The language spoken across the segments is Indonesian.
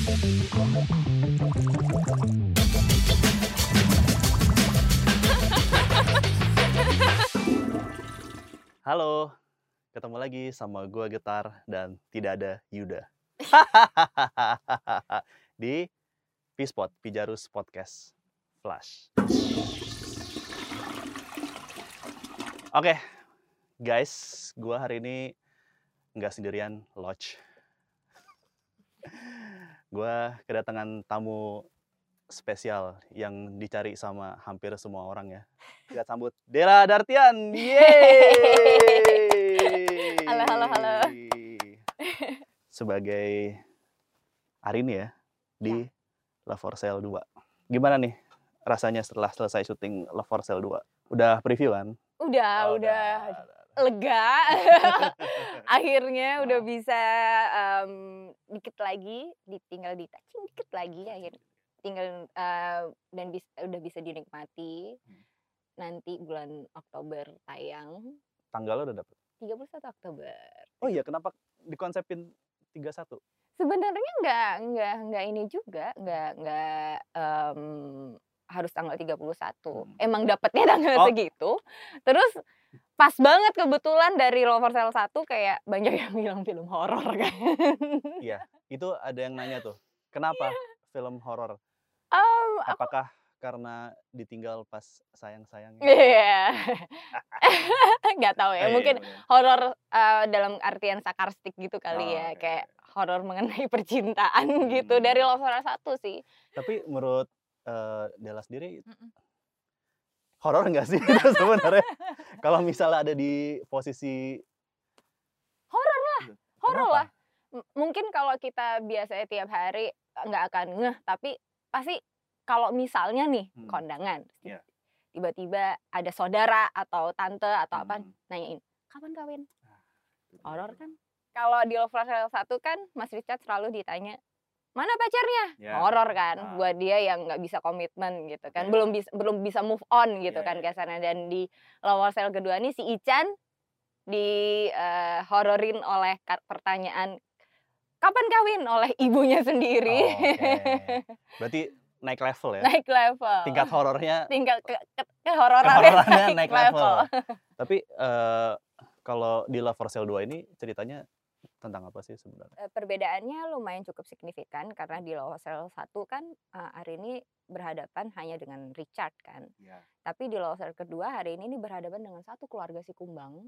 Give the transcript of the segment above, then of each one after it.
Halo, ketemu lagi sama gua Getar dan tidak ada Yuda. Di P-Spot, Pijarus Podcast Flash. Oke, guys, gua hari ini nggak sendirian, Lodge. Gua kedatangan tamu spesial yang dicari sama hampir semua orang ya. Kita sambut Dela Dartian. Yeay! Halo. Sebagai Arini ya di Love for Sale 2. Gimana nih rasanya setelah selesai syuting Love for Sale 2? Udah preview kan? Udah lega. Akhirnya udah bisa dikit lagi, tinggal di-touching dikit lagi akhirnya. Tinggal dan udah bisa dinikmati. Nanti bulan Oktober tayang. Tanggalnya udah dapet? 31 Oktober. Oh iya, kenapa dikonsepin 31? Sebenarnya enggak ini juga, enggak harus tanggal 31. Emang dapetnya tanggal segitu. Terus pas banget kebetulan dari Love for Sale 1 kayak banyak yang bilang film horor kan. Iya, itu ada yang nanya tuh. Kenapa film horor? Aku Apakah karena ditinggal pas sayang-sayangnya? iya. Nggak tahu ya, Iya, mungkin bener. horor dalam artian sarkastik gitu kali Oh, ya, oke. kayak horor mengenai percintaan gitu dari Love for Sale 1 sih. Tapi menurut Della sendiri horor nggak sih itu sebenarnya? Kalau misalnya ada di posisi Horor lah. Kenapa? Mungkin kalau kita biasanya tiap hari nggak akan ngeh, tapi pasti kalau misalnya nih kondangan, Iya. tiba-tiba ada saudara atau tante atau apa nanyain, kapan kawin? Horor kan? Kalau di Love for Sale 1 kan Mas Richard selalu ditanya, mana pacarnya? Ya. Horor kan, buat dia yang nggak bisa komitmen gitu kan, belum bisa move on gitu kan kasarnya. Dan di Love for Sale kedua nih si Ichan hororin oleh pertanyaan kapan kawin oleh ibunya sendiri. Oke. Berarti naik level ya? Naik level. Tingkat horornya kehororannya naik level. Tapi kalau di Love for Sale 2 ini ceritanya tentang apa sih sebenarnya? Perbedaannya lumayan cukup signifikan karena di Love for Sale 1 kan Arini berhadapan hanya dengan Richard kan. Iya. Tapi di Love for Sale kedua hari ini berhadapan dengan satu keluarga si Kumbang.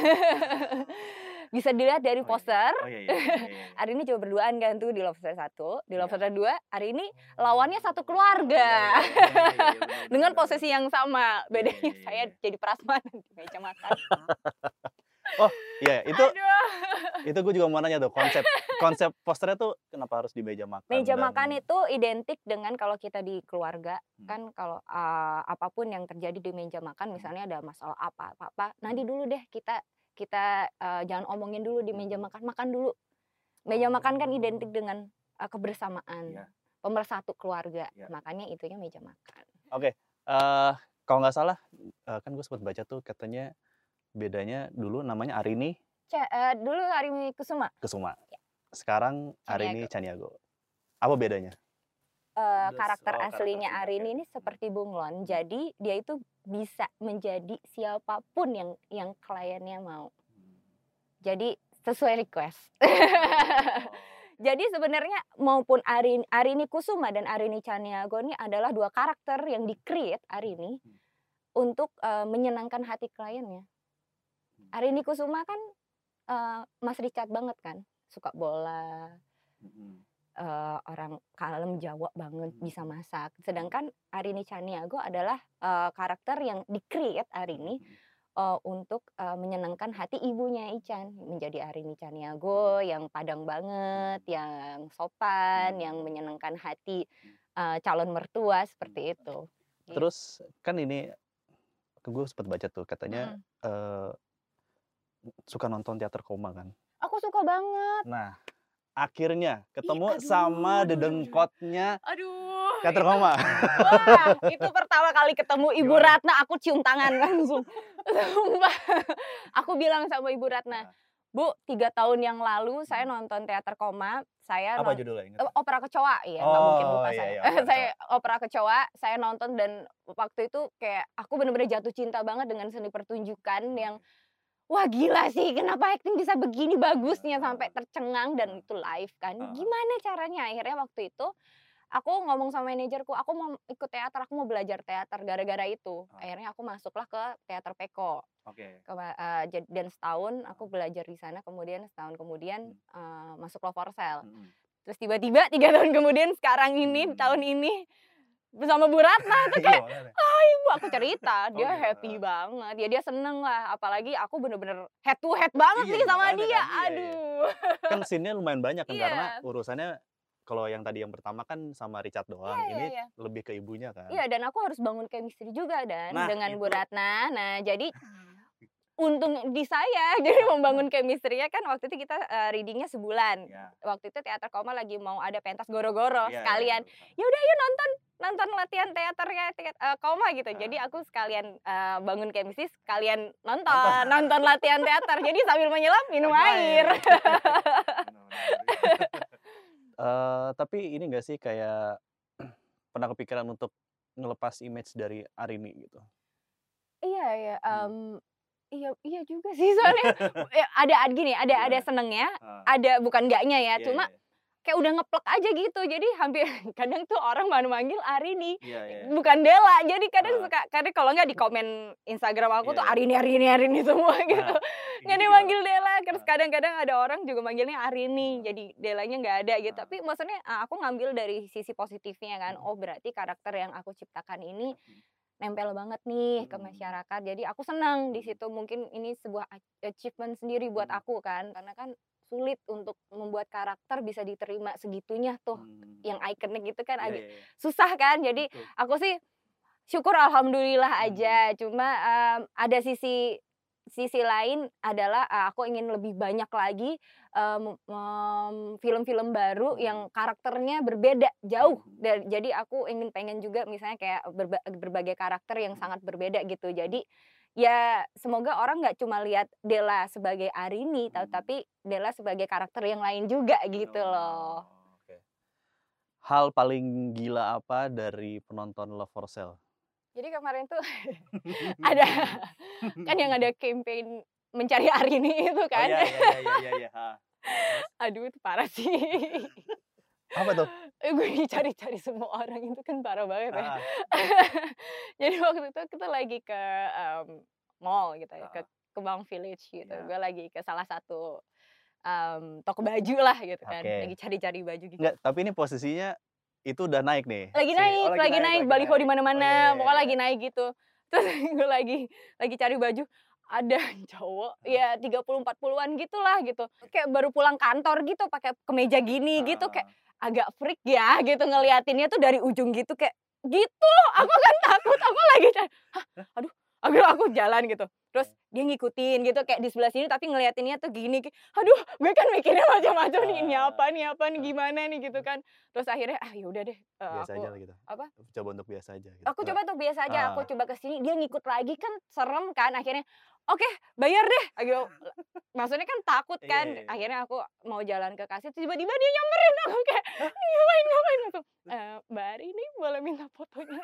Bisa dilihat dari poster. Iya. Arini coba berduaan kan tuh di Love for Sale 1. Di Love for Sale 2 Arini lawannya satu keluarga. Dengan posisi yang sama. Bedanya saya jadi prasmanan di meja makan. Oh iya, itu gue juga mau nanya tuh, konsep posternya tuh kenapa harus di meja makan? Meja makan itu identik dengan kalau kita di keluarga kan, kalau apapun yang terjadi di meja makan, misalnya ada masalah apa, nanti dulu deh kita jangan omongin dulu di meja makan dulu. Meja makan kan identik dengan kebersamaan, pemersatu keluarga, makanya itunya meja makan. Oke, kalau nggak salah kan gue sempat baca tuh katanya bedanya dulu namanya Arini. Dulu Arini Kusuma. Ya. Sekarang Arini Chaniago. Apa bedanya? Karakter aslinya Arini ini seperti bunglon, jadi dia itu bisa menjadi siapapun yang kliennya mau. Jadi sesuai request. Jadi sebenarnya maupun Arini Kusuma dan Arini Chaniago ini adalah dua karakter yang di-create Arini untuk menyenangkan hati kliennya. Arini Kusuma kan Mas Richard banget kan, suka bola, orang kalem, Jawa banget, bisa masak. Sedangkan Arini Chaniago adalah karakter yang di-create Arini untuk menyenangkan hati ibunya Ichan, menjadi Arini Chaniago yang padang banget, yang sopan, yang menyenangkan hati calon mertua seperti itu. Terus kan ini gue sempat baca tuh katanya suka nonton teater koma kan? Aku suka banget. Nah, akhirnya ketemu sama dedengkotnya Aduh. teater koma. Wah, itu pertama kali ketemu Ibu Ratna, aku cium tangan langsung. Sumpah. Aku bilang sama Ibu Ratna, Bu, 3 tahun yang lalu saya nonton teater koma, saya Apa judulnya, ingat? Opera Kecoa, iya nggak mungkin lupa Iya, saya. iya, Opera Saya Opera Kecoa, saya nonton dan waktu itu kayak aku bener-bener jatuh cinta banget dengan seni pertunjukan yang, wah gila sih kenapa acting bisa begini bagusnya sampai tercengang dan itu live kan. Gimana caranya? Akhirnya waktu itu aku ngomong sama manajerku, aku mau ikut teater, aku mau belajar teater gara-gara itu. Akhirnya aku masuklah ke teater Peko. Oke. Dan setahun aku belajar di sana, kemudian setahun kemudian masuk Loforsel. Terus tiba-tiba 3 tahun kemudian sekarang ini, tahun ini bersama Bu Ratna tuh kayak, ibu aku cerita, dia happy banget, ya dia seneng lah, apalagi aku bener-bener head to head banget nih sama dia, aduh. Kan scene-nya lumayan banyak kan karena Iya. urusannya kalau yang tadi yang pertama kan sama Richard doang, ini Iya. lebih ke ibunya kan. Iya, dan aku harus bangun chemistry juga Nah, dengan itu. Bu Ratna. Nah, jadi untung di saya, jadi membangun chemistry-nya kan waktu itu kita reading-nya sebulan. Waktu itu teater koma lagi mau ada pentas goro-goro sekalian. Ya udah yuk nonton latihan teaternya koma gitu. Jadi aku sekalian bangun chemistry, sekalian nonton latihan teater. Jadi sambil menyelam minum air. Tapi ini nggak sih kayak pernah kepikiran untuk ngelepas image dari Arini gitu? Iya, iya juga sih soalnya ya ada senengnya, ada bukan enggaknya ya, cuma kayak udah ngeplek aja gitu. Jadi hampir kadang tuh orang baru manggil Arini, bukan Della. Jadi kadang kadang kalau nggak di komen Instagram aku tuh Arini semua gitu. Nggak dimanggil Della. Terus kadang-kadang ada orang juga manggilnya Arini, jadi Dellanya nggak ada gitu. Tapi maksudnya aku ngambil dari sisi positifnya kan. Oh berarti karakter yang aku ciptakan ini nempel banget nih ke masyarakat. Jadi aku senang di situ. Mungkin ini sebuah achievement sendiri buat aku kan. Karena kan sulit untuk membuat karakter bisa diterima segitunya tuh. Yang ikonik gitu kan agak susah kan. Jadi aku sih syukur alhamdulillah aja. Cuma ada sisi lain adalah aku ingin lebih banyak lagi film-film baru yang karakternya berbeda jauh. Jadi aku pengen juga misalnya kayak berbagai karakter yang sangat berbeda gitu. Jadi ya semoga orang nggak cuma lihat Della sebagai Arini, tapi Della sebagai karakter yang lain juga gitu loh. Hal paling gila apa dari penonton Loforsel? Jadi kemarin tuh ada kan yang ada campaign mencari Arini itu kan. Iya. Aduh itu parah sih. Apa tuh? Gue dicari-cari semua orang itu kan parah banget ya. Jadi waktu itu kita lagi ke mall gitu ya, ke Kemang Village gitu. Gue lagi ke salah satu toko baju lah gitu kan. Lagi cari-cari baju gitu. Enggak, tapi ini posisinya itu udah naik nih. Lagi naik, baliho di mana-mana, pokoknya lagi naik gitu. Terus gue lagi cari baju, ada cowok ya 30-40-an gitulah gitu. Kayak baru pulang kantor gitu pakai kemeja gini gitu, kayak agak freak ya gitu ngeliatinnya tuh dari ujung gitu kayak gitu. Aku kan takut, aku lagi aduh, aku jalan gitu. Terus dia ngikutin gitu kayak di sebelah sini tapi ngeliatinnya tuh gini, aduh gue kan mikirnya macam-macam nih, ini apa nih gimana nih gitu kan. Terus akhirnya ya udah deh, biasa aja gitu. Apa? Coba untuk biasa aja gitu. Aku coba tuh biasa aja, aku coba kesini dia ngikut lagi kan serem kan. Akhirnya oke, bayar deh. Maksudnya kan takut kan. Akhirnya aku mau jalan ke kasir tiba-tiba dia nyamperin aku kayak ngapain aku. Mbak Arini boleh minta fotonya?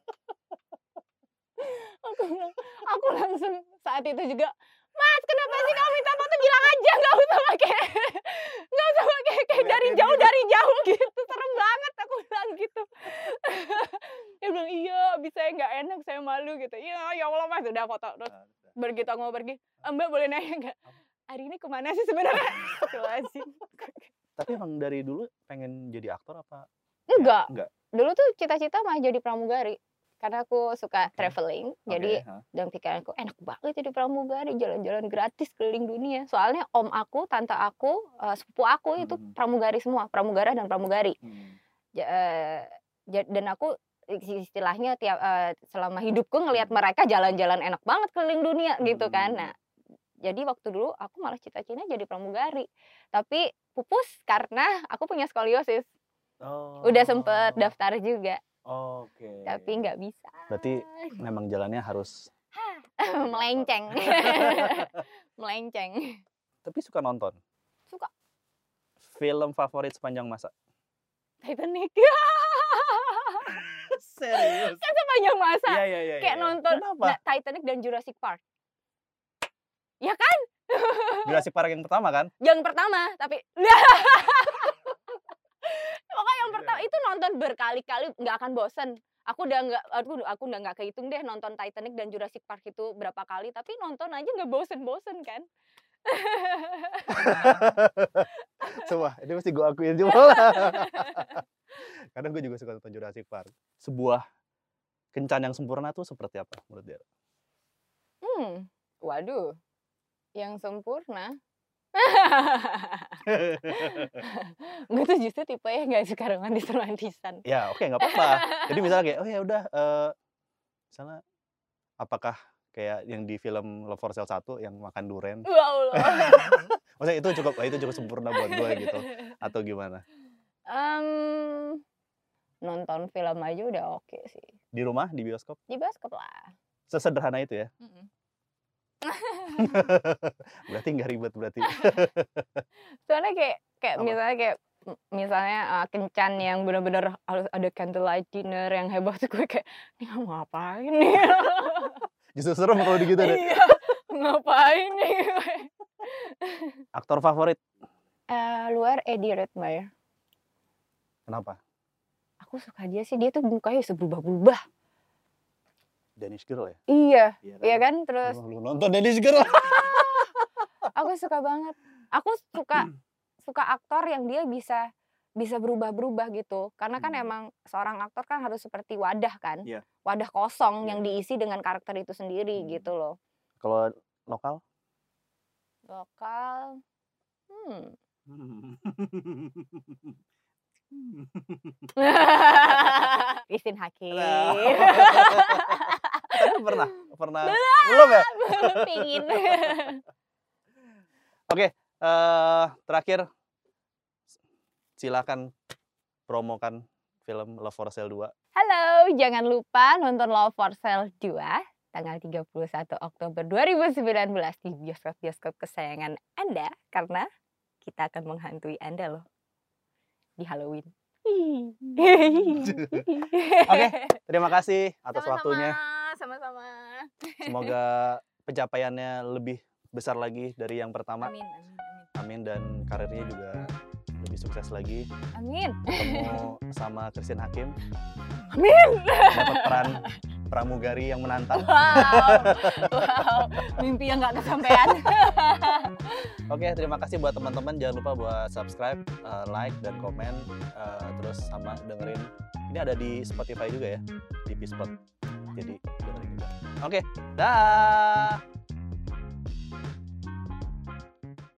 Aku langsung saat itu juga, Mas kenapa sih kamu minta foto, bilang aja nggak usah pakai kayak dari jauh gitu, serem banget aku bilang gitu. Dia bilang iya, abis saya nggak enak, saya malu gitu. Iya ya Allah Mas, udah foto. Terus begitu aku mau pergi, Mbak boleh nanya nggak, hari ini kemana sih sebenarnya? Tapi emang dari dulu pengen jadi aktor apa? Enggak. Dulu tuh cita-cita mah jadi pramugari. Karena aku suka traveling, jadi dalam pikiranku enak banget jadi pramugari, jalan-jalan gratis keliling dunia. Soalnya om aku, tante aku, sepupu aku itu pramugari semua, pramugara dan pramugari. Dan aku istilahnya selama hidupku ngelihat mereka jalan-jalan enak banget keliling dunia gitu kan. Nah, jadi waktu dulu aku malah cita-citanya jadi pramugari. Tapi pupus karena aku punya skoliosis. Udah sempet daftar juga. Tapi nggak bisa. Berarti memang jalannya harus melenceng. Melenceng. tapi suka nonton. Suka. Film favorit sepanjang masa? Titanic. Serius? Kan sepanjang masa. Iya. Kayak nonton Titanic dan Jurassic Park. Ya kan? Jurassic Park yang pertama kan? Yang pertama, tapi pokoknya yang pertama itu nonton berkali-kali nggak akan bosen. Aku udah nggak kehitung deh nonton Titanic dan Jurassic Park itu berapa kali, tapi nonton aja nggak bosen-bosen kan? Sumpah, ini mesti gue akuin juga. Kadang gue juga suka nonton Jurassic Park. Sebuah kencan yang sempurna tuh seperti apa menurut dia? Waduh, yang sempurna. Gue tuh justru tipe yang gak suka romantis-romantisan. Ya oke, nggak apa-apa. Jadi misalnya kayak, oh ya udah, misalnya apakah kayak yang di film Love for Sale 1 yang makan duren? Wow. Maksudnya itu cukup sempurna buat gue gitu, atau gimana? Nonton film aja udah oke sih. Di rumah, di bioskop? Di bioskop lah. Sesederhana itu ya? Berarti nggak ribet berarti. Soalnya kayak Apa? misalnya kencan yang benar-benar harus ada candlelight dinner yang heboh tuh gue kayak, ini mau ngapain nih? Justru serem kalau gitu deh. Iya, ngapain nih? Aktor favorit? Luar Eddie Redmayne. Kenapa? Aku suka dia sih, dia tuh mukanya bisa berubah-berubah. Danish Girl ya? Iya kan? Terus lu nonton Danish Girl? aku suka banget. Aku suka aktor yang dia bisa berubah-berubah gitu. Karena kan emang seorang aktor kan harus seperti wadah kan. Iya. Wadah kosong yang diisi dengan karakter itu sendiri gitu loh. Kalau lokal? Lokal, Christine Hakim. Tapi pernah? Belum ya? Pingin. Oke, terakhir silakan promokan film Love for Sale 2. Halo, jangan lupa nonton Love for Sale 2 tanggal 31 Oktober 2019 di bioskop-bioskop kesayangan Anda, karena kita akan menghantui Anda loh di Halloween. Oke, terima kasih atas waktunya. Sama-sama. Semoga pencapaiannya lebih besar lagi dari yang pertama. Amin, dan karirnya juga lebih sukses lagi. Amin. Ketemu sama Christine Hakim. Amin. Dapat peran pramugari yang menantang. Wow. Mimpi yang gak kesampaian. Oke, terima kasih buat teman-teman. Jangan lupa buat subscribe, like, dan komen. Terus sama dengerin. Ini ada di Spotify juga ya, di Pispot. Jadi dengerin juga. Oke, dah.